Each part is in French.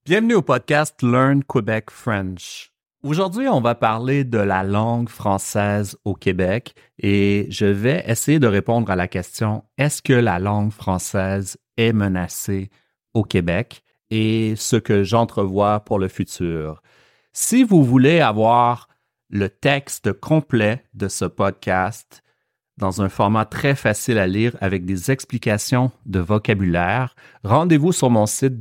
Bienvenue au podcast Learn Quebec French. Aujourd'hui, on va parler de la langue française au Québec et je vais essayer de répondre à la question « Est-ce que la langue française est menacée au Québec ?» et ce que j'entrevois pour le futur. Si vous voulez avoir le texte complet de ce podcast dans un format très facile à lire avec des explications de vocabulaire, rendez-vous sur mon site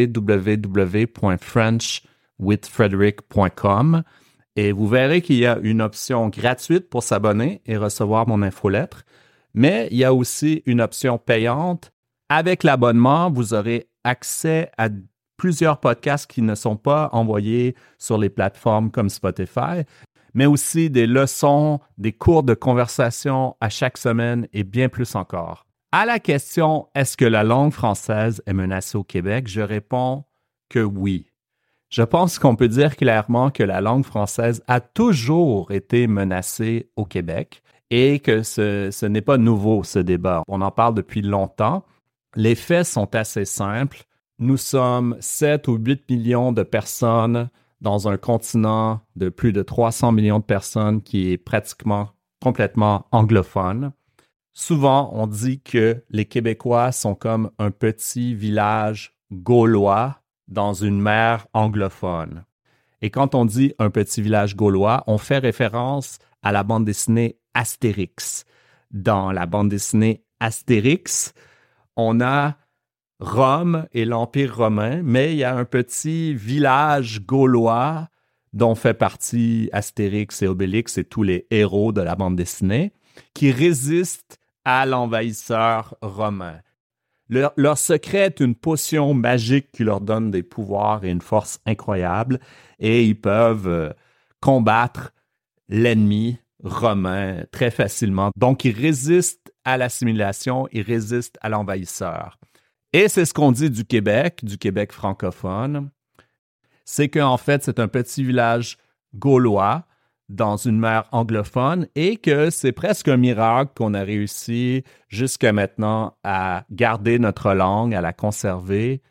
www.frenchwithfrederick.com et vous verrez qu'il y a une option gratuite pour s'abonner et recevoir mon infolettre, mais il y a aussi une option payante. Avec l'abonnement, vous aurez accès à plusieurs podcasts qui ne sont pas envoyés sur les plateformes comme Spotify, mais aussi des leçons, des cours de conversation à chaque semaine et bien plus encore. À la question « Est-ce que la langue française est menacée au Québec ?» je réponds que oui. Je pense qu'on peut dire clairement que la langue française a toujours été menacée au Québec et que ce n'est pas nouveau, ce débat. On en parle depuis longtemps. Les faits sont assez simples. Nous sommes 7 ou 8 millions de personnes dans un continent de plus de 300 millions de personnes qui est pratiquement complètement anglophone. Souvent, on dit que les Québécois sont comme un petit village gaulois dans une mer anglophone. Et quand on dit un petit village gaulois, on fait référence à la bande dessinée Astérix. Dans la bande dessinée Astérix, on a Rome et l'Empire romain, mais il y a un petit village gaulois dont fait partie Astérix et Obélix et tous les héros de la bande dessinée qui résistent à l'envahisseur romain. Leur secret est une potion magique qui leur donne des pouvoirs et une force incroyable et ils peuvent combattre l'ennemi romain très facilement. Donc, ils résistent à l'assimilation, ils résistent à l'envahisseur. Et c'est ce qu'on dit du Québec francophone, c'est qu'en fait, c'est un petit village gaulois dans une mer anglophone et que c'est presque un miracle qu'on a réussi jusqu'à maintenant à garder notre langue, à la conserver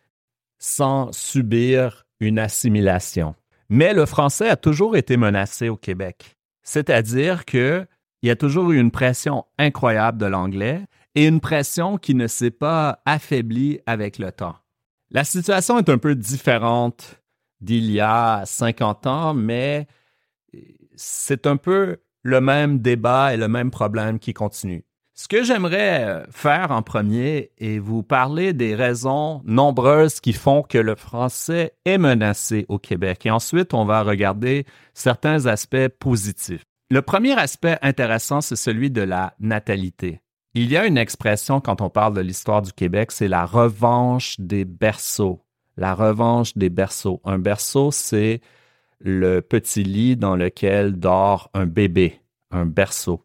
sans subir une assimilation. Mais le français a toujours été menacé au Québec, c'est-à-dire qu'il y a toujours eu une pression incroyable de l'anglais et une pression qui ne s'est pas affaiblie avec le temps. La situation est un peu différente d'il y a 50 ans, mais c'est un peu le même débat et le même problème qui continue. Ce que j'aimerais faire en premier est vous parler des raisons nombreuses qui font que le français est menacé au Québec. Et ensuite, on va regarder certains aspects positifs. Le premier aspect intéressant, c'est celui de la natalité. Il y a une expression quand on parle de l'histoire du Québec, c'est la revanche des berceaux. La revanche des berceaux. Un berceau, c'est le petit lit dans lequel dort un bébé, un berceau.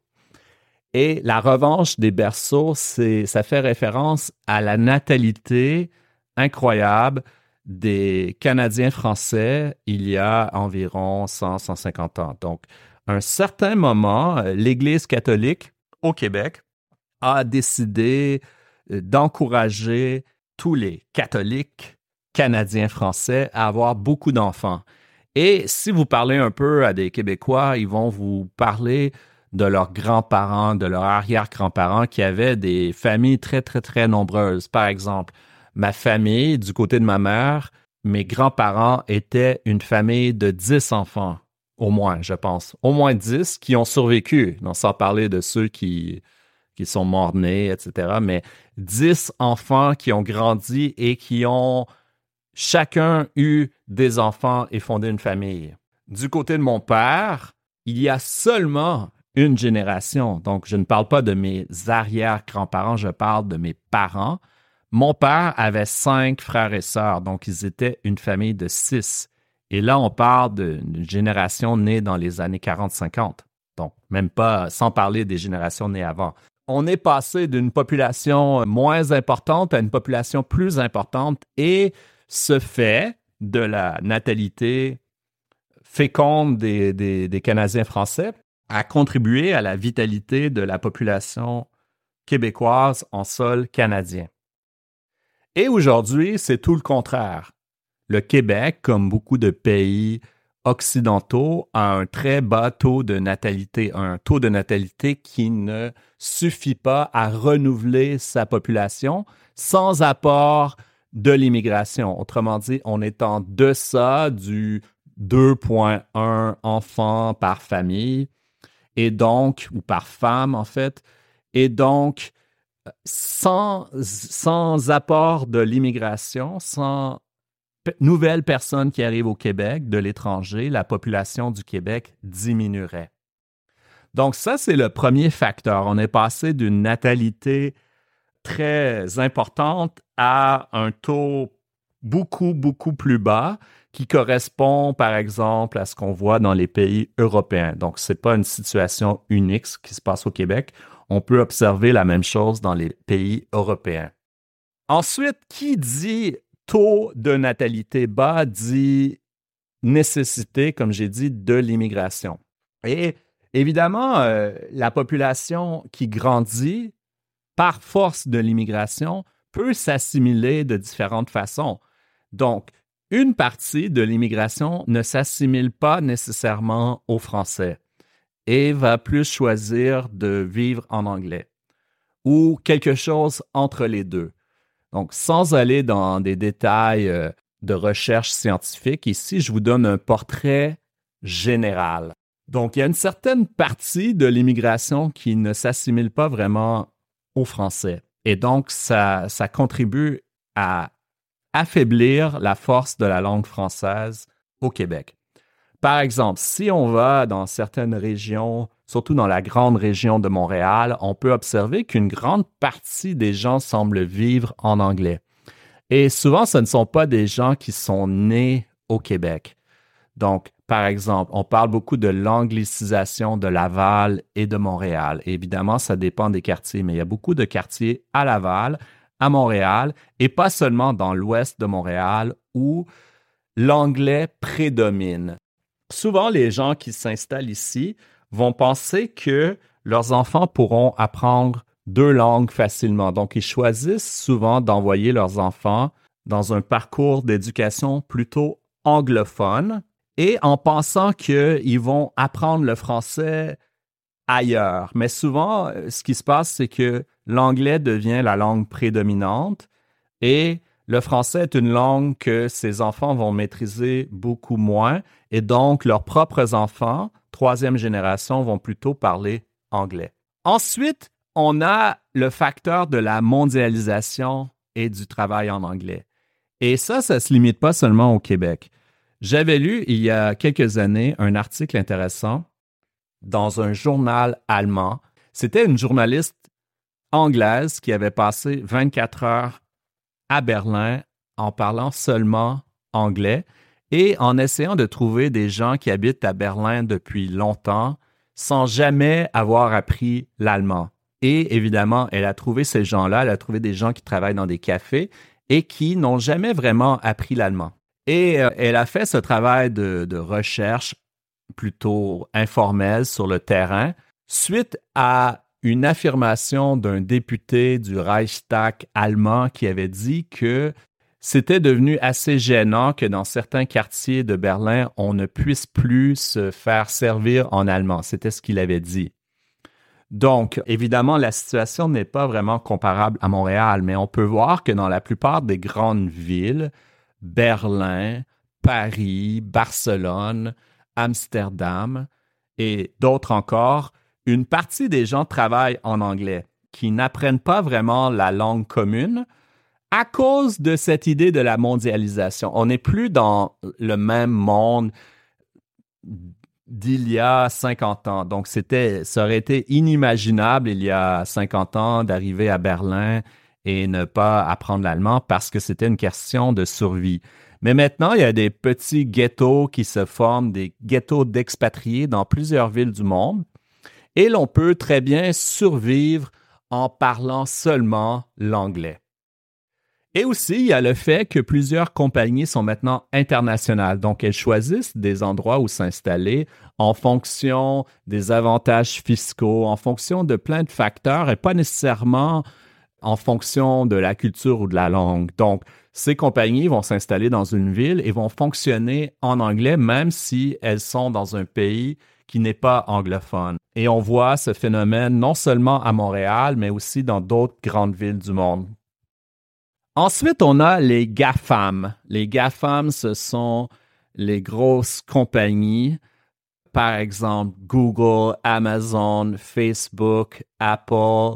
Et la revanche des berceaux, ça fait référence à la natalité incroyable des Canadiens français il y a environ 100-150 ans. Donc, à un certain moment, l'Église catholique au Québec a décidé d'encourager tous les catholiques canadiens français à avoir beaucoup d'enfants. Et si vous parlez un peu à des Québécois, ils vont vous parler de leurs grands-parents, de leurs arrière-grands-parents qui avaient des familles très, très, très nombreuses. Par exemple, ma famille, du côté de ma mère, mes grands-parents étaient une famille de 10 enfants, au moins, je pense. Au moins 10 qui ont survécu, sans parler de ceux qui sont morts-nés, etc. Mais 10 enfants qui ont grandi et qui ont chacun eu des enfants et fondé une famille. Du côté de mon père, il y a seulement une génération. Donc, je ne parle pas de mes arrière-grands-parents, je parle de mes parents. Mon père avait 5 frères et sœurs, donc ils étaient une famille de 6. Et là, on parle d'une génération née dans les années 40-50. Donc, même pas, sans parler des générations nées avant. On est passé d'une population moins importante à une population plus importante et ce fait de la natalité féconde des Canadiens français a contribué à la vitalité de la population québécoise en sol canadien. Et aujourd'hui, c'est tout le contraire. le Québec, comme beaucoup de pays occidentaux, a un très bas taux de natalité, un taux de natalité qui ne suffit pas à renouveler sa population sans apport de l'immigration. Autrement dit, on est en deçà du 2,1 enfants par famille, et donc, ou par femme en fait, et donc, sans apport de l'immigration, sans nouvelles personnes qui arrivent au Québec de l'étranger, la population du Québec diminuerait. Donc ça, c'est le premier facteur. On est passé d'une natalité très importante à un taux beaucoup, beaucoup plus bas qui correspond, par exemple, à ce qu'on voit dans les pays européens. Donc, ce n'est pas une situation unique ce qui se passe au Québec. On peut observer la même chose dans les pays européens. Ensuite, qui dit taux de natalité bas dit nécessité, comme j'ai dit, de l'immigration. Et évidemment, la population qui grandit par force de l'immigration peut s'assimiler de différentes façons. Donc, une partie de l'immigration ne s'assimile pas nécessairement au français et va plus choisir de vivre en anglais ou quelque chose entre les deux. Donc, sans aller dans des détails de recherche scientifique, ici, je vous donne un portrait général. Donc, il y a une certaine partie de l'immigration qui ne s'assimile pas vraiment au français. Et donc, ça contribue à affaiblir la force de la langue française au Québec. Par exemple, si on va dans certaines régions, surtout dans la grande région de Montréal, on peut observer qu'une grande partie des gens semblent vivre en anglais. Et souvent, ce ne sont pas des gens qui sont nés au Québec. Donc, par exemple, on parle beaucoup de l'anglicisation de Laval et de Montréal. Et évidemment, ça dépend des quartiers, mais il y a beaucoup de quartiers à Laval, à Montréal, et pas seulement dans l'ouest de Montréal où l'anglais prédomine. Souvent, les gens qui s'installent ici vont penser que leurs enfants pourront apprendre 2 langues facilement. Donc, ils choisissent souvent d'envoyer leurs enfants dans un parcours d'éducation plutôt anglophone et en pensant qu'ils vont apprendre le français ailleurs. Mais souvent, ce qui se passe, c'est que l'anglais devient la langue prédominante et le français est une langue que ces enfants vont maîtriser beaucoup moins et donc leurs propres enfants, 3e génération, vont plutôt parler anglais. Ensuite, on a le facteur de la mondialisation et du travail en anglais. Et ça ne se limite pas seulement au Québec. J'avais lu il y a quelques années un article intéressant dans un journal allemand. C'était une journaliste anglaise qui avait passé 24 heures à Berlin en parlant seulement anglais et en essayant de trouver des gens qui habitent à Berlin depuis longtemps sans jamais avoir appris l'allemand. Et évidemment, elle a trouvé ces gens-là, elle a trouvé des gens qui travaillent dans des cafés et qui n'ont jamais vraiment appris l'allemand. Et elle a fait ce travail de recherche plutôt informel sur le terrain suite à une affirmation d'un député du Reichstag allemand qui avait dit que c'était devenu assez gênant que dans certains quartiers de Berlin, on ne puisse plus se faire servir en allemand. C'était ce qu'il avait dit. Donc, évidemment, la situation n'est pas vraiment comparable à Montréal, mais on peut voir que dans la plupart des grandes villes, Berlin, Paris, Barcelone, Amsterdam et d'autres encore, une partie des gens travaillent en anglais, qui n'apprennent pas vraiment la langue commune à cause de cette idée de la mondialisation. On n'est plus dans le même monde d'il y a 50 ans. Donc, ça aurait été inimaginable il y a 50 ans d'arriver à Berlin et ne pas apprendre l'allemand parce que c'était une question de survie. Mais maintenant, il y a des petits ghettos qui se forment, des ghettos d'expatriés dans plusieurs villes du monde. Et l'on peut très bien survivre en parlant seulement l'anglais. Et aussi, il y a le fait que plusieurs compagnies sont maintenant internationales. Donc, elles choisissent des endroits où s'installer en fonction des avantages fiscaux, en fonction de plein de facteurs et pas nécessairement en fonction de la culture ou de la langue. Donc, ces compagnies vont s'installer dans une ville et vont fonctionner en anglais, même si elles sont dans un pays qui n'est pas anglophone. Et on voit ce phénomène non seulement à Montréal, mais aussi dans d'autres grandes villes du monde. Ensuite, on a les GAFAM. Les GAFAM, ce sont les grosses compagnies, par exemple Google, Amazon, Facebook, Apple,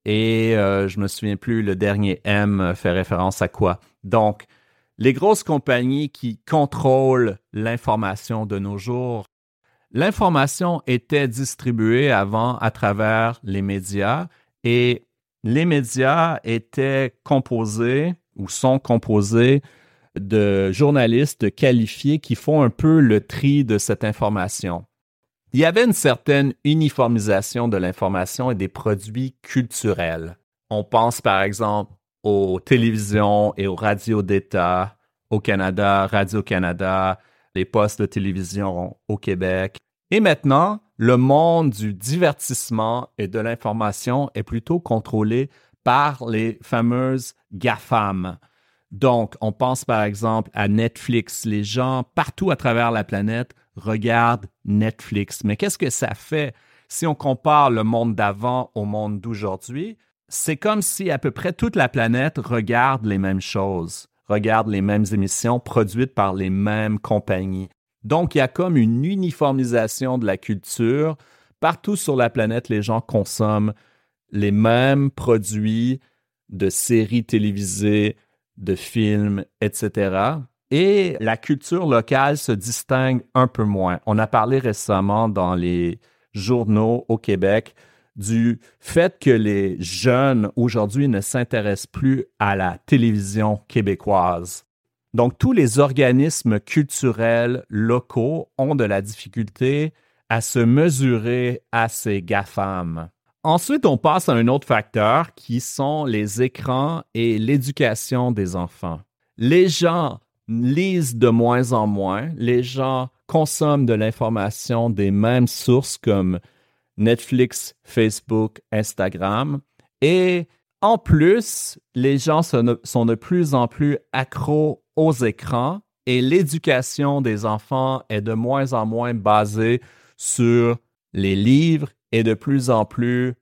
et je me souviens plus, le dernier M fait référence à quoi. Donc, les grosses compagnies qui contrôlent l'information de nos jours. L'information était distribuée avant à travers les médias et les médias étaient composés ou sont composés de journalistes qualifiés qui font un peu le tri de cette information. Il y avait une certaine uniformisation de l'information et des produits culturels. On pense par exemple aux télévisions et aux radios d'État au Canada, Radio-Canada, les postes de télévision au Québec. Et maintenant, le monde du divertissement et de l'information est plutôt contrôlé par les fameuses GAFAM. Donc, on pense par exemple à Netflix. Les gens partout à travers la planète regardent Netflix. Mais qu'est-ce que ça fait si on compare le monde d'avant au monde d'aujourd'hui? C'est comme si à peu près toute la planète regarde les mêmes choses, regarde les mêmes émissions produites par les mêmes compagnies. Donc, il y a comme une uniformisation de la culture. Partout sur la planète, les gens consomment les mêmes produits de séries télévisées, de films, etc. Et la culture locale se distingue un peu moins. On a parlé récemment dans les journaux au Québec du fait que les jeunes aujourd'hui ne s'intéressent plus à la télévision québécoise. Donc, tous les organismes culturels locaux ont de la difficulté à se mesurer à ces GAFAM. Ensuite, on passe à un autre facteur qui sont les écrans et l'éducation des enfants. Les gens lisent de moins en moins, les gens consomment de l'information des mêmes sources comme Netflix, Facebook, Instagram, et en plus, les gens sont de plus en plus accros aux écrans et l'éducation des enfants est de moins en moins basée sur les livres et de plus en plus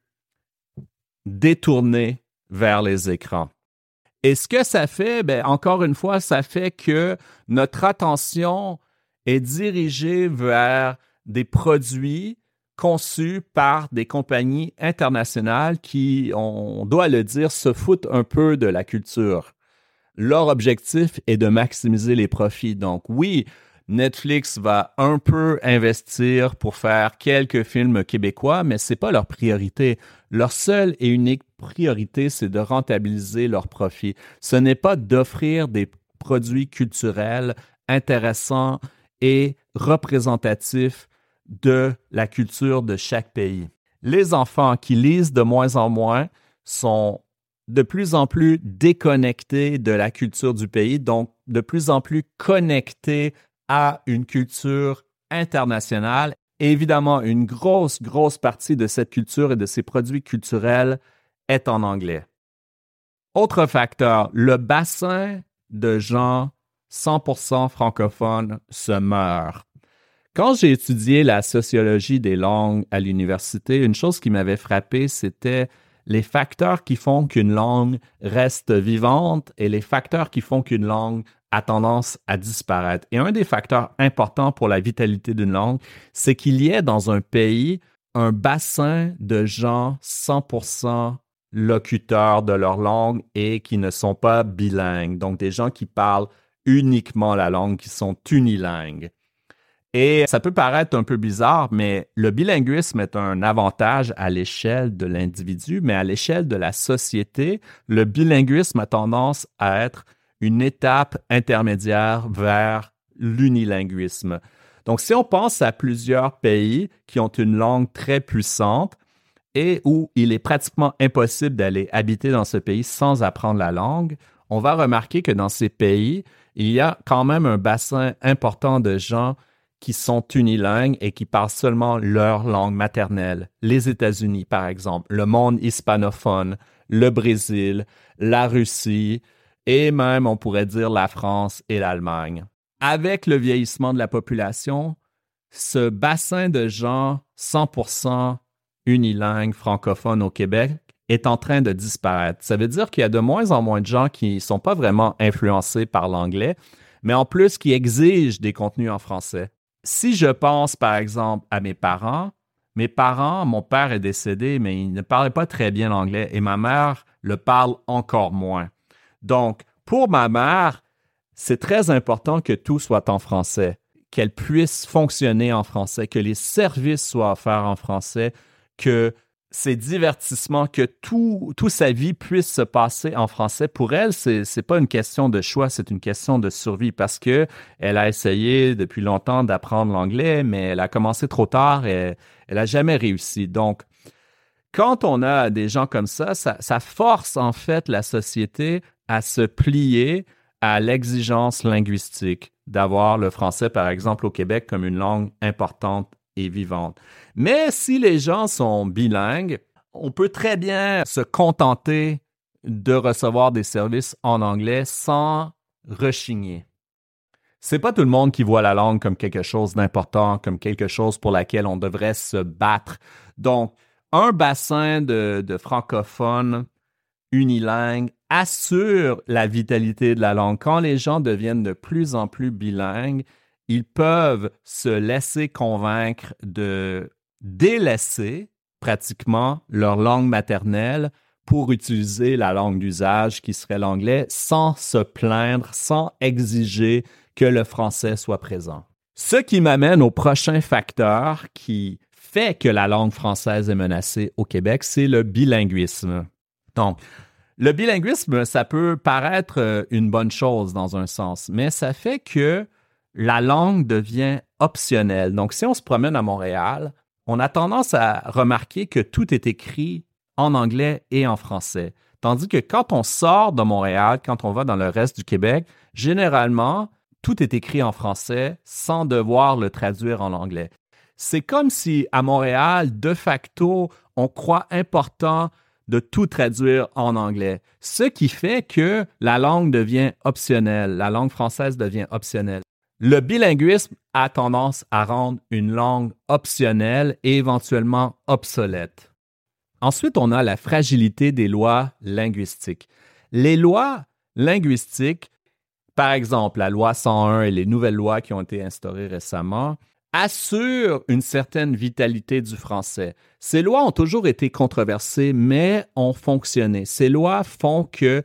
détournée vers les écrans. Et ce que ça fait, encore une fois, ça fait que notre attention est dirigée vers des produits conçus par des compagnies internationales qui, on doit le dire, se foutent un peu de la culture. Leur objectif est de maximiser les profits. Donc oui, Netflix va un peu investir pour faire quelques films québécois, mais ce n'est pas leur priorité. Leur seule et unique priorité, c'est de rentabiliser leurs profits. Ce n'est pas d'offrir des produits culturels intéressants et représentatifs de la culture de chaque pays. Les enfants qui lisent de moins en moins sont de plus en plus déconnectés de la culture du pays, donc de plus en plus connectés à une culture internationale. Et évidemment, une grosse partie de cette culture et de ces produits culturels est en anglais. Autre facteur, le bassin de gens 100% francophones se meurt. Quand j'ai étudié la sociologie des langues à l'université, une chose qui m'avait frappé, c'était les facteurs qui font qu'une langue reste vivante et les facteurs qui font qu'une langue a tendance à disparaître. Et un des facteurs importants pour la vitalité d'une langue, c'est qu'il y ait dans un pays un bassin de gens 100% locuteurs de leur langue et qui ne sont pas bilingues. Donc, des gens qui parlent uniquement la langue, qui sont unilingues. Et ça peut paraître un peu bizarre, mais le bilinguisme est un avantage à l'échelle de l'individu, mais à l'échelle de la société, le bilinguisme a tendance à être une étape intermédiaire vers l'unilinguisme. Donc, si on pense à plusieurs pays qui ont une langue très puissante et où il est pratiquement impossible d'aller habiter dans ce pays sans apprendre la langue, on va remarquer que dans ces pays, il y a quand même un bassin important de gens qui sont unilingues et qui parlent seulement leur langue maternelle. Les États-Unis, par exemple, le monde hispanophone, le Brésil, la Russie et même, on pourrait dire, la France et l'Allemagne. Avec le vieillissement de la population, ce bassin de gens 100% unilingues francophones au Québec est en train de disparaître. Ça veut dire qu'il y a de moins en moins de gens qui ne sont pas vraiment influencés par l'anglais, mais en plus qui exigent des contenus en français. Si je pense, par exemple, à mes parents, mon père est décédé, mais il ne parlait pas très bien l'anglais et ma mère le parle encore moins. Donc, pour ma mère, c'est très important que tout soit en français, qu'elle puisse fonctionner en français, que les services soient offerts en français, que ces divertissements, que toute sa vie puisse se passer en français. Pour elle, c'est pas une question de choix, c'est une question de survie parce que elle a essayé depuis longtemps d'apprendre l'anglais, mais elle a commencé trop tard et elle a jamais réussi. Donc, quand on a des gens comme ça force en fait la société à se plier à l'exigence linguistique d'avoir le français, par exemple, au Québec comme une langue importante et vivante. Mais si les gens sont bilingues, on peut très bien se contenter de recevoir des services en anglais sans rechigner. C'est pas tout le monde qui voit la langue comme quelque chose d'important, comme quelque chose pour laquelle on devrait se battre. Donc, un bassin de francophones unilingues assure la vitalité de la langue. Quand les gens deviennent de plus en plus bilingues, ils peuvent se laisser convaincre de délaisser pratiquement leur langue maternelle pour utiliser la langue d'usage qui serait l'anglais sans se plaindre, sans exiger que le français soit présent. Ce qui m'amène au prochain facteur qui fait que la langue française est menacée au Québec, c'est le bilinguisme. Donc, le bilinguisme, ça peut paraître une bonne chose dans un sens, mais ça fait que la langue devient optionnelle. Donc, si on se promène à Montréal, on a tendance à remarquer que tout est écrit en anglais et en français. Tandis que quand on sort de Montréal, quand on va dans le reste du Québec, généralement, tout est écrit en français sans devoir le traduire en anglais. C'est comme si à Montréal, de facto, on croit important de tout traduire en anglais. Ce qui fait que la langue devient optionnelle, la langue française devient optionnelle. Le bilinguisme a tendance à rendre une langue optionnelle et éventuellement obsolète. Ensuite, on a la fragilité des lois linguistiques. Les lois linguistiques, par exemple la loi 101 et les nouvelles lois qui ont été instaurées récemment, assurent une certaine vitalité du français. Ces lois ont toujours été controversées, mais ont fonctionné. Ces lois font qu'il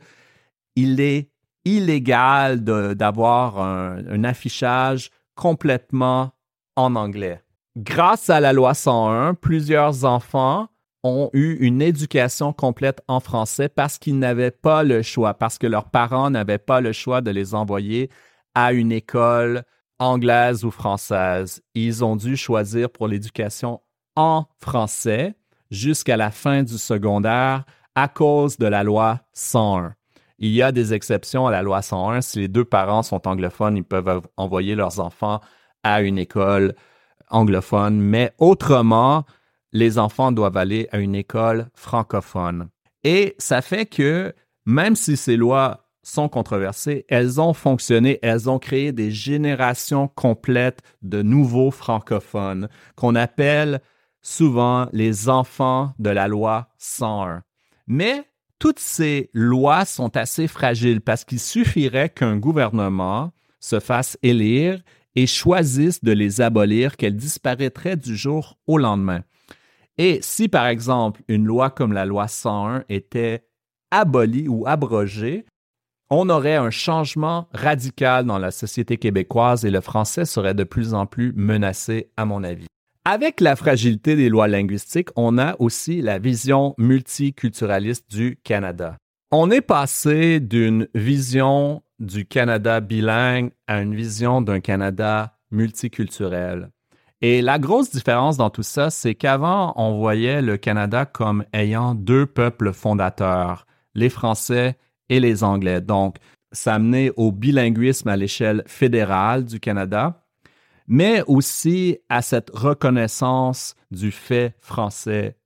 est illégal d'avoir un affichage complètement en anglais. Grâce à la loi 101, plusieurs enfants ont eu une éducation complète en français parce qu'ils n'avaient pas le choix, parce que leurs parents n'avaient pas le choix de les envoyer à une école anglaise ou française. Ils ont dû choisir pour l'éducation en français jusqu'à la fin du secondaire à cause de la loi 101. Il y a des exceptions à la loi 101. Si les deux parents sont anglophones, ils peuvent envoyer leurs enfants à une école anglophone, mais autrement, les enfants doivent aller à une école francophone. Et ça fait que même si ces lois sont controversées, elles ont fonctionné, elles ont créé des générations complètes de nouveaux francophones qu'on appelle souvent les enfants de la loi 101. Mais toutes ces lois sont assez fragiles parce qu'il suffirait qu'un gouvernement se fasse élire et choisisse de les abolir, qu'elles disparaîtraient du jour au lendemain. Et si, par exemple, une loi comme la loi 101 était abolie ou abrogée, on aurait un changement radical dans la société québécoise et le français serait de plus en plus menacé, à mon avis. Avec la fragilité des lois linguistiques, on a aussi la vision multiculturaliste du Canada. On est passé d'une vision du Canada bilingue à une vision d'un Canada multiculturel. Et la grosse différence dans tout ça, c'est qu'avant, on voyait le Canada comme ayant deux peuples fondateurs, les Français et les Anglais. Donc, ça amenait au bilinguisme à l'échelle fédérale du Canada, mais aussi à cette reconnaissance du fait français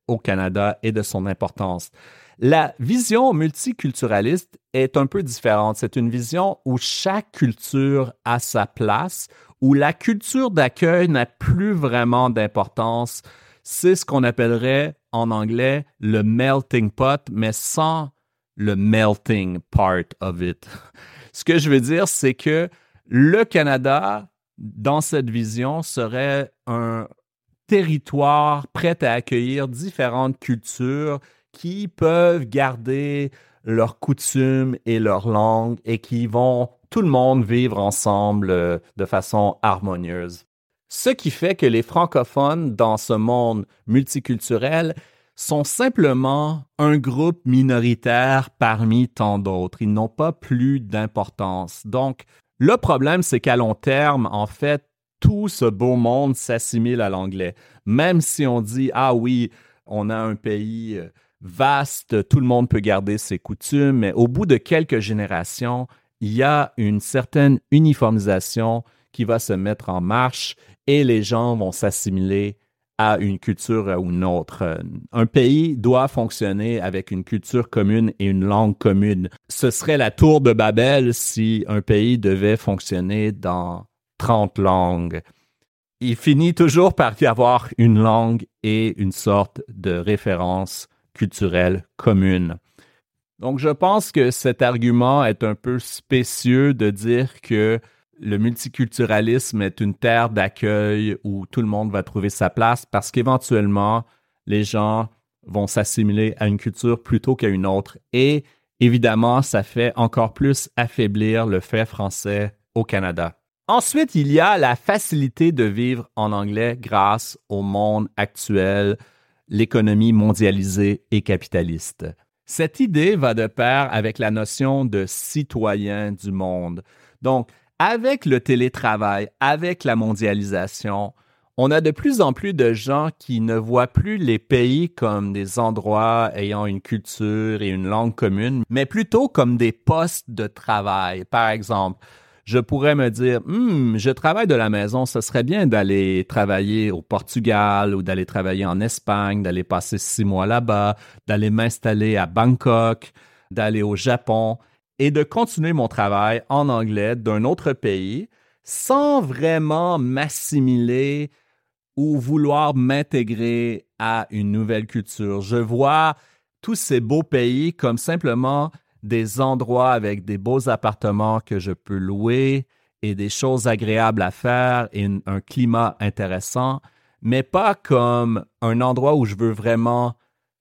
au Canada et de son importance. La vision multiculturaliste est un peu différente. C'est une vision où chaque culture a sa place, où la culture d'accueil n'a plus vraiment d'importance. C'est ce qu'on appellerait en anglais le melting pot, mais sans le melting part of it. Ce que je veux dire, c'est que le Canada, dans cette vision, serait un territoire prêt à accueillir différentes cultures qui peuvent garder leurs coutumes et leurs langues et qui vont tout le monde vivre ensemble de façon harmonieuse. Ce qui fait que les francophones dans ce monde multiculturel sont simplement un groupe minoritaire parmi tant d'autres. Ils n'ont pas plus d'importance. Donc, le problème, c'est qu'à long terme, en fait, tout ce beau monde s'assimile à l'anglais. Même si on dit, ah oui, on a un pays vaste, tout le monde peut garder ses coutumes, mais au bout de quelques générations, il y a une certaine uniformisation qui va se mettre en marche et les gens vont s'assimiler à une culture ou une autre. Un pays doit fonctionner avec une culture commune et une langue commune. Ce serait la tour de Babel si un pays devait fonctionner dans 30 langues. Il finit toujours par y avoir une langue et une sorte de référence culturelle commune. Donc, je pense que cet argument est un peu spécieux de dire que le multiculturalisme est une terre d'accueil où tout le monde va trouver sa place parce qu'éventuellement, les gens vont s'assimiler à une culture plutôt qu'à une autre. Et évidemment, ça fait encore plus affaiblir le fait français au Canada. Ensuite, il y a la facilité de vivre en anglais grâce au monde actuel, l'économie mondialisée et capitaliste. Cette idée va de pair avec la notion de citoyen du monde. Donc, avec le télétravail, avec la mondialisation, on a de plus en plus de gens qui ne voient plus les pays comme des endroits ayant une culture et une langue commune, mais plutôt comme des postes de travail. Par exemple, je pourrais me dire, je travaille de la maison, ce serait bien d'aller travailler au Portugal ou d'aller travailler en Espagne, d'aller passer 6 mois là-bas, d'aller m'installer à Bangkok, d'aller au Japon et de continuer mon travail en anglais d'un autre pays sans vraiment m'assimiler ou vouloir m'intégrer à une nouvelle culture. Je vois tous ces beaux pays comme simplement des endroits avec des beaux appartements que je peux louer et des choses agréables à faire et un climat intéressant, mais pas comme un endroit où je veux vraiment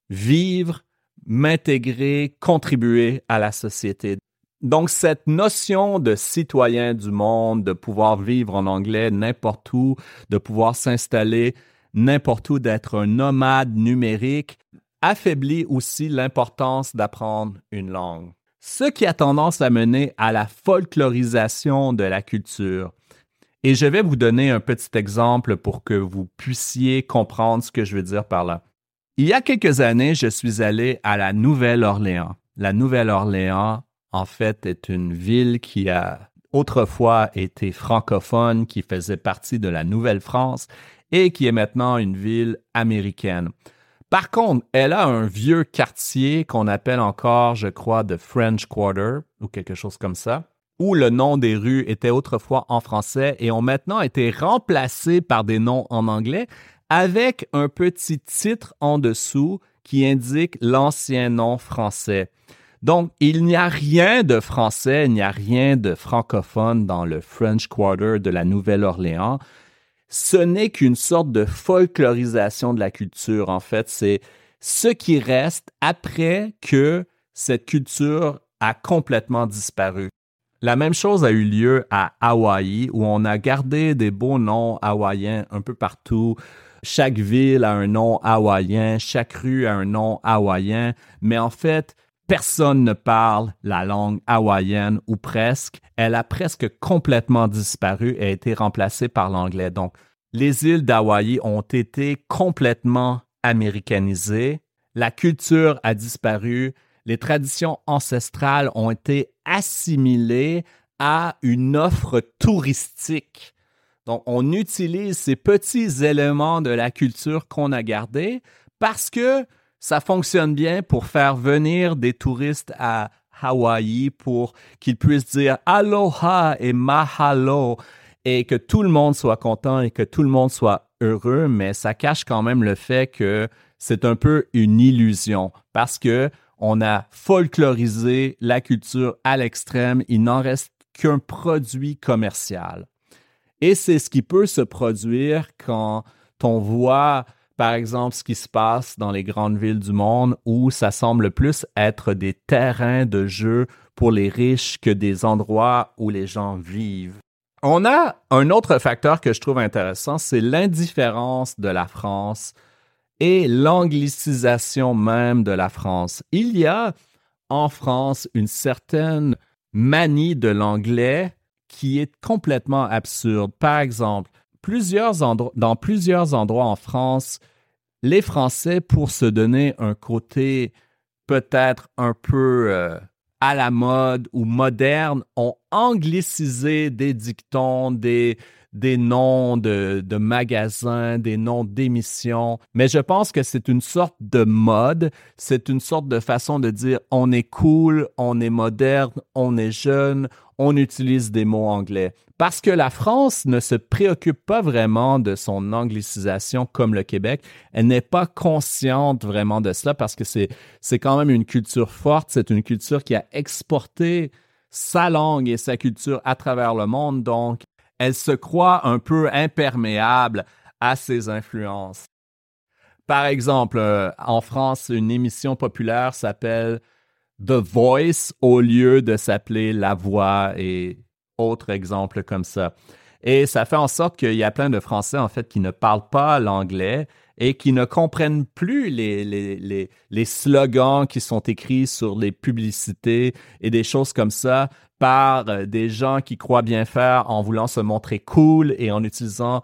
vivre, m'intégrer, contribuer à la société. Donc, cette notion de citoyen du monde, de pouvoir vivre en anglais n'importe où, de pouvoir s'installer n'importe où, d'être un nomade numérique, affaiblit aussi l'importance d'apprendre une langue. Ce qui a tendance à mener à la folklorisation de la culture. Et je vais vous donner un petit exemple pour que vous puissiez comprendre ce que je veux dire par là. Il y a quelques années, je suis allé à la Nouvelle-Orléans. La Nouvelle-Orléans, en fait, est une ville qui a autrefois été francophone, qui faisait partie de la Nouvelle-France et qui est maintenant une ville américaine. Par contre, elle a un vieux quartier qu'on appelle encore, je crois, The French Quarter ou quelque chose comme ça, où le nom des rues était autrefois en français et ont maintenant été remplacés par des noms en anglais avec un petit titre en dessous qui indique l'ancien nom français. Donc, il n'y a rien de français, il n'y a rien de francophone dans le French Quarter de la Nouvelle-Orléans. Ce n'est qu'une sorte de folklorisation de la culture, en fait. C'est ce qui reste après que cette culture a complètement disparu. La même chose a eu lieu à Hawaï, où on a gardé des beaux noms hawaïens un peu partout. Chaque ville a un nom hawaïen, chaque rue a un nom hawaïen, mais en fait, personne ne parle la langue hawaïenne ou presque. Elle a presque complètement disparu et a été remplacée par l'anglais. Donc, les îles d'Hawaï ont été complètement américanisées. La culture a disparu. Les traditions ancestrales ont été assimilées à une offre touristique. Donc, on utilise ces petits éléments de la culture qu'on a gardés parce que ça fonctionne bien pour faire venir des touristes à Hawaï pour qu'ils puissent dire aloha et mahalo et que tout le monde soit content et que tout le monde soit heureux, mais ça cache quand même le fait que c'est un peu une illusion parce que on a folklorisé la culture à l'extrême. Il n'en reste qu'un produit commercial. Et c'est ce qui peut se produire quand on voit, par exemple, ce qui se passe dans les grandes villes du monde où ça semble plus être des terrains de jeu pour les riches que des endroits où les gens vivent. On a un autre facteur que je trouve intéressant, c'est l'indifférence de la France et l'anglicisation même de la France. Il y a en France une certaine manie de l'anglais qui est complètement absurde. Par exemple, dans plusieurs endroits en France, les Français, pour se donner un côté peut-être un peu à la mode ou moderne, ont anglicisé des dictons, des noms de magasins, des noms d'émissions. Mais je pense que c'est une sorte de mode, c'est une sorte de façon de dire on est cool, on est moderne, on est jeune, on utilise des mots anglais. Parce que la France ne se préoccupe pas vraiment de son anglicisation comme le Québec. Elle n'est pas consciente vraiment de cela parce que c'est quand même une culture forte, c'est une culture qui a exporté sa langue et sa culture à travers le monde. Donc, elle se croit un peu imperméable à ces influences. Par exemple, en France, une émission populaire s'appelle The Voice au lieu de s'appeler La Voix et autres exemples comme ça. Et ça fait en sorte qu'il y a plein de Français, en fait, qui ne parlent pas l'anglais et qui ne comprennent plus les slogans qui sont écrits sur les publicités et des choses comme ça par des gens qui croient bien faire en voulant se montrer cool et en utilisant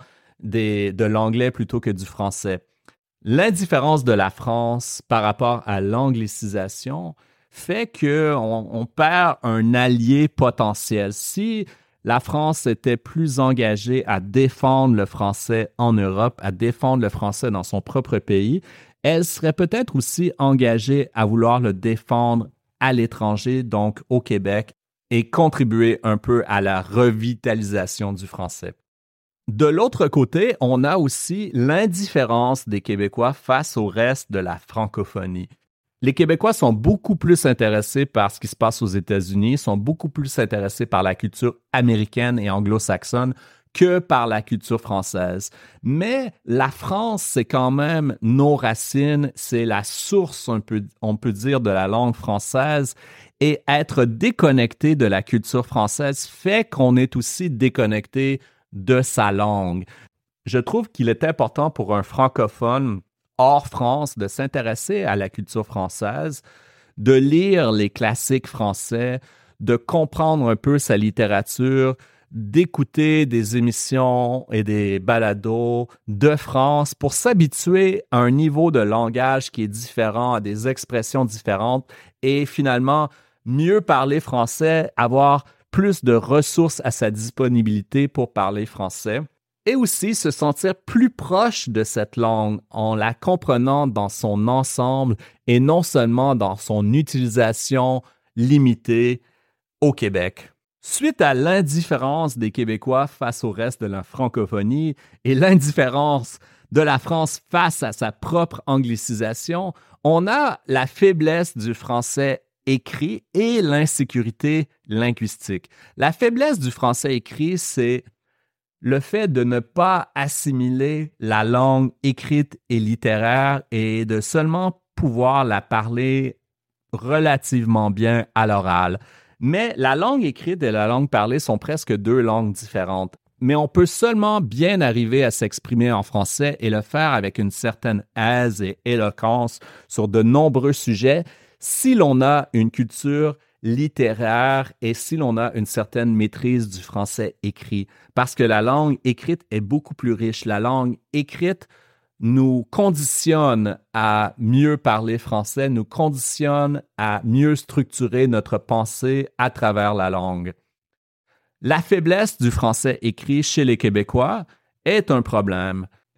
de l'anglais plutôt que du français. L'indifférence de la France par rapport à l'anglicisation fait qu'on perd un allié potentiel. Si la France était plus engagée à défendre le français en Europe, à défendre le français dans son propre pays, elle serait peut-être aussi engagée à vouloir le défendre à l'étranger, donc au Québec, et contribuer un peu à la revitalisation du français. De l'autre côté, on a aussi l'indifférence des Québécois face au reste de la francophonie. Les Québécois sont beaucoup plus intéressés par ce qui se passe aux États-Unis, sont beaucoup plus intéressés par la culture américaine et anglo-saxonne que par la culture française. Mais la France, c'est quand même nos racines, c'est la source, on peut dire, de la langue française. Et être déconnecté de la culture française fait qu'on est aussi déconnecté de sa langue. Je trouve qu'il est important pour un francophone hors France de s'intéresser à la culture française, de lire les classiques français, de comprendre un peu sa littérature, d'écouter des émissions et des balados de France pour s'habituer à un niveau de langage qui est différent, à des expressions différentes et finalement mieux parler français, avoir plus de ressources à sa disponibilité pour parler français. Et aussi se sentir plus proche de cette langue en la comprenant dans son ensemble et non seulement dans son utilisation limitée au Québec. Suite à l'indifférence des Québécois face au reste de la francophonie et l'indifférence de la France face à sa propre anglicisation, on a la faiblesse du français écrit et l'insécurité linguistique. La faiblesse du français écrit, c'est le fait de ne pas assimiler la langue écrite et littéraire et de seulement pouvoir la parler relativement bien à l'oral. Mais la langue écrite et la langue parlée sont presque deux langues différentes. Mais on peut seulement bien arriver à s'exprimer en français et le faire avec une certaine aise et éloquence sur de nombreux sujets si l'on a une culture littéraire et si l'on a une certaine maîtrise du français écrit. Parce que la langue écrite est beaucoup plus riche. La langue écrite nous conditionne à mieux parler français, nous conditionne à mieux structurer notre pensée à travers la langue. La faiblesse du français écrit chez les Québécois est un problème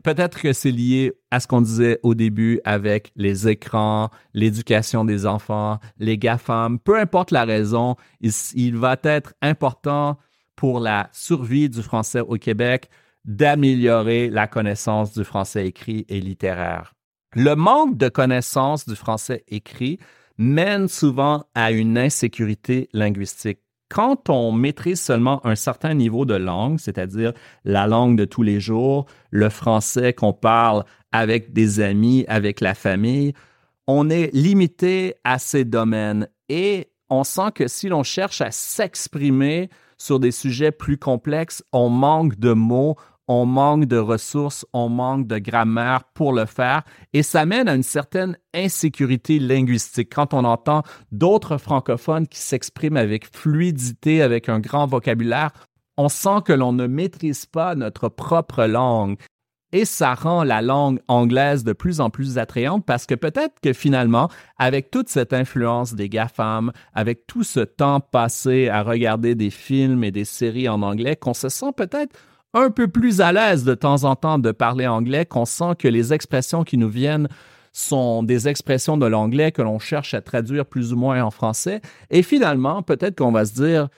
peut-être que c'est lié à ce qu'on disait au début avec les écrans, l'éducation des enfants, les GAFAM. Peu importe la raison, il va être important pour la survie du français au Québec d'améliorer la connaissance du français écrit et littéraire. Le manque de connaissance du français écrit mène souvent à une insécurité linguistique. Quand on maîtrise seulement un certain niveau de langue, c'est-à-dire la langue de tous les jours, le français qu'on parle avec des amis, avec la famille, on est limité à ces domaines et on sent que si l'on cherche à s'exprimer sur des sujets plus complexes, on manque de mots, on manque de ressources, on manque de grammaire pour le faire et ça mène à une certaine insécurité linguistique. Quand on entend d'autres francophones qui s'expriment avec fluidité, avec un grand vocabulaire, on sent que l'on ne maîtrise pas notre propre langue. Et ça rend la langue anglaise de plus en plus attrayante parce que peut-être que finalement, avec toute cette influence des GAFAM, avec tout ce temps passé à regarder des films et des séries en anglais, qu'on se sent peut-être un peu plus à l'aise de temps en temps de parler anglais, qu'on sent que les expressions qui nous viennent sont des expressions de l'anglais que l'on cherche à traduire plus ou moins en français. Et finalement, peut-être qu'on va se dire,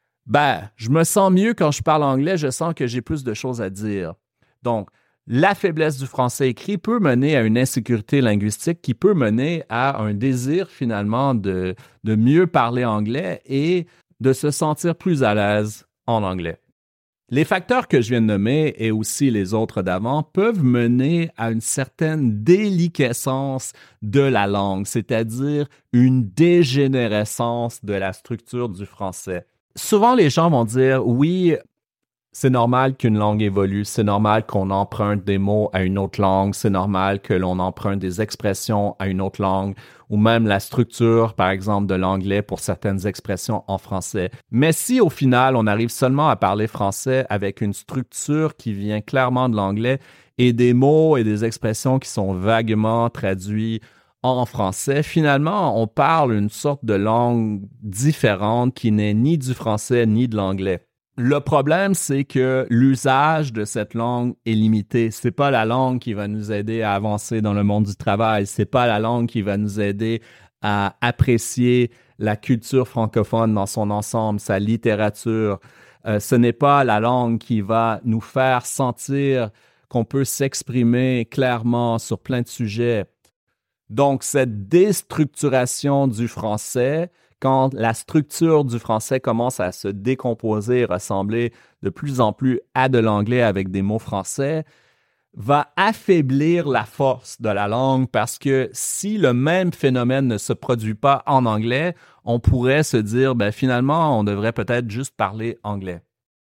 je me sens mieux quand je parle anglais, je sens que j'ai plus de choses à dire. Donc, la faiblesse du français écrit peut mener à une insécurité linguistique qui peut mener à un désir finalement de mieux parler anglais et de se sentir plus à l'aise en anglais. Les facteurs que je viens de nommer et aussi les autres d'avant peuvent mener à une certaine déliquescence de la langue, c'est-à-dire une dégénérescence de la structure du français. Souvent, les gens vont dire « oui, c'est normal qu'une langue évolue, c'est normal qu'on emprunte des mots à une autre langue, c'est normal que l'on emprunte des expressions à une autre langue, ou même la structure, par exemple, de l'anglais pour certaines expressions en français. Mais si au final, on arrive seulement à parler français avec une structure qui vient clairement de l'anglais et des mots et des expressions qui sont vaguement traduits en français, finalement, on parle une sorte de langue différente qui n'est ni du français ni de l'anglais. Le problème, c'est que l'usage de cette langue est limité. C'est pas la langue qui va nous aider à avancer dans le monde du travail. C'est pas la langue qui va nous aider à apprécier la culture francophone dans son ensemble, sa littérature. Ce n'est pas la langue qui va nous faire sentir qu'on peut s'exprimer clairement sur plein de sujets. Donc, cette déstructuration du français, quand la structure du français commence à se décomposer et ressembler de plus en plus à de l'anglais avec des mots français, va affaiblir la force de la langue parce que si le même phénomène ne se produit pas en anglais, on pourrait se dire, finalement, on devrait peut-être juste parler anglais.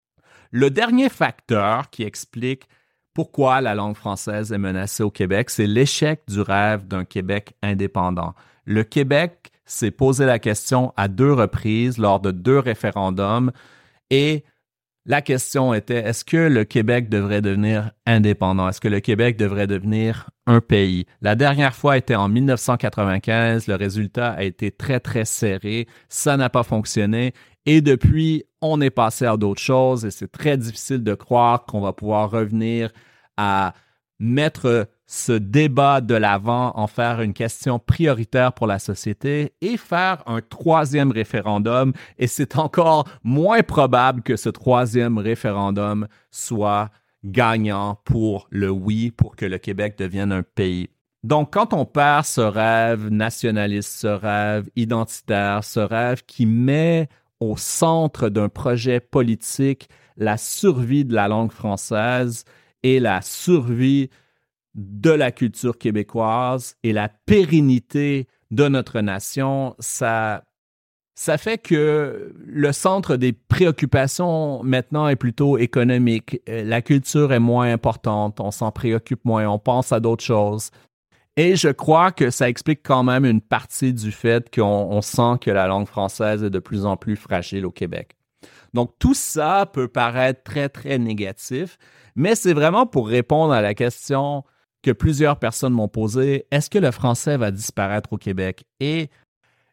Le dernier facteur qui explique pourquoi la langue française est menacée au Québec, c'est l'échec du rêve d'un Québec indépendant. Le Québec s'est posé la question à 2 reprises lors de 2 référendums et la question était, est-ce que le Québec devrait devenir indépendant? Est-ce que le Québec devrait devenir un pays? La dernière fois était en 1995. Le résultat a été très, très serré. Ça n'a pas fonctionné. Et depuis, on est passé à d'autres choses et c'est très difficile de croire qu'on va pouvoir revenir à mettre ce débat de l'avant, en faire une question prioritaire pour la société et faire un 3e référendum. Et c'est encore moins probable que ce 3e référendum soit gagnant pour le oui, pour que le Québec devienne un pays. Donc, quand on perd ce rêve nationaliste, ce rêve identitaire, ce rêve qui met au centre d'un projet politique la survie de la langue française et la survie de la culture québécoise et la pérennité de notre nation, ça fait que le centre des préoccupations maintenant est plutôt économique. La culture est moins importante, on s'en préoccupe moins, on pense à d'autres choses. Et je crois que ça explique quand même une partie du fait qu'on sent que la langue française est de plus en plus fragile au Québec. Donc, tout ça peut paraître très, très négatif, mais c'est vraiment pour répondre à la question que plusieurs personnes m'ont posée, est-ce que le français va disparaître au Québec? Et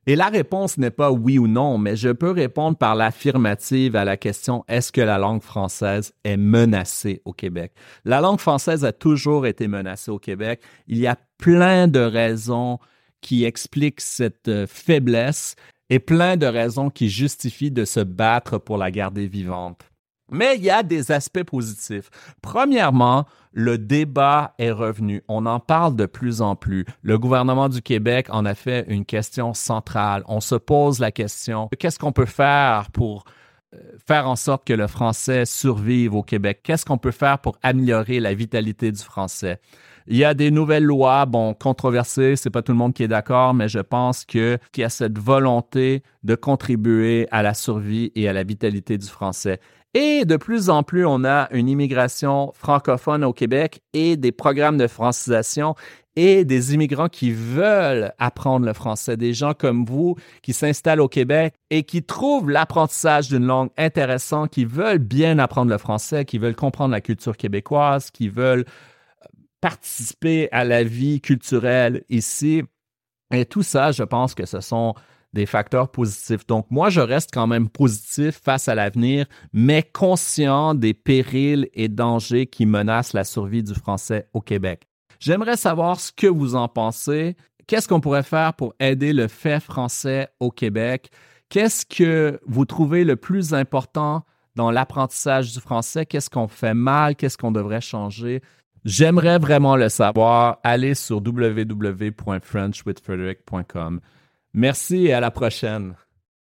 Et la réponse n'est pas oui ou non, mais je peux répondre par l'affirmative à la question « Est-ce que la langue française est menacée au Québec? » La langue française a toujours été menacée au Québec. Il y a plein de raisons qui expliquent cette faiblesse et plein de raisons qui justifient de se battre pour la garder vivante. Mais il y a des aspects positifs. Premièrement, le débat est revenu. On en parle de plus en plus. Le gouvernement du Québec en a fait une question centrale. On se pose la question, qu'est-ce qu'on peut faire pour faire en sorte que le français survive au Québec? Qu'est-ce qu'on peut faire pour améliorer la vitalité du français? Il y a des nouvelles lois, controversées, c'est pas tout le monde qui est d'accord, mais je pense qu'il y a cette volonté de contribuer à la survie et à la vitalité du français. Et de plus en plus, on a une immigration francophone au Québec et des programmes de francisation et des immigrants qui veulent apprendre le français, des gens comme vous qui s'installent au Québec et qui trouvent l'apprentissage d'une langue intéressant, qui veulent bien apprendre le français, qui veulent comprendre la culture québécoise, qui veulent participer à la vie culturelle ici. Et tout ça, je pense que ce sont des facteurs positifs. Donc, moi, je reste quand même positif face à l'avenir, mais conscient des périls et dangers qui menacent la survie du français au Québec. J'aimerais savoir ce que vous en pensez. Qu'est-ce qu'on pourrait faire pour aider le fait français au Québec? Qu'est-ce que vous trouvez le plus important dans l'apprentissage du français? Qu'est-ce qu'on fait mal? Qu'est-ce qu'on devrait changer? J'aimerais vraiment le savoir. Allez sur www.frenchwithfrederick.com. Merci et à la prochaine.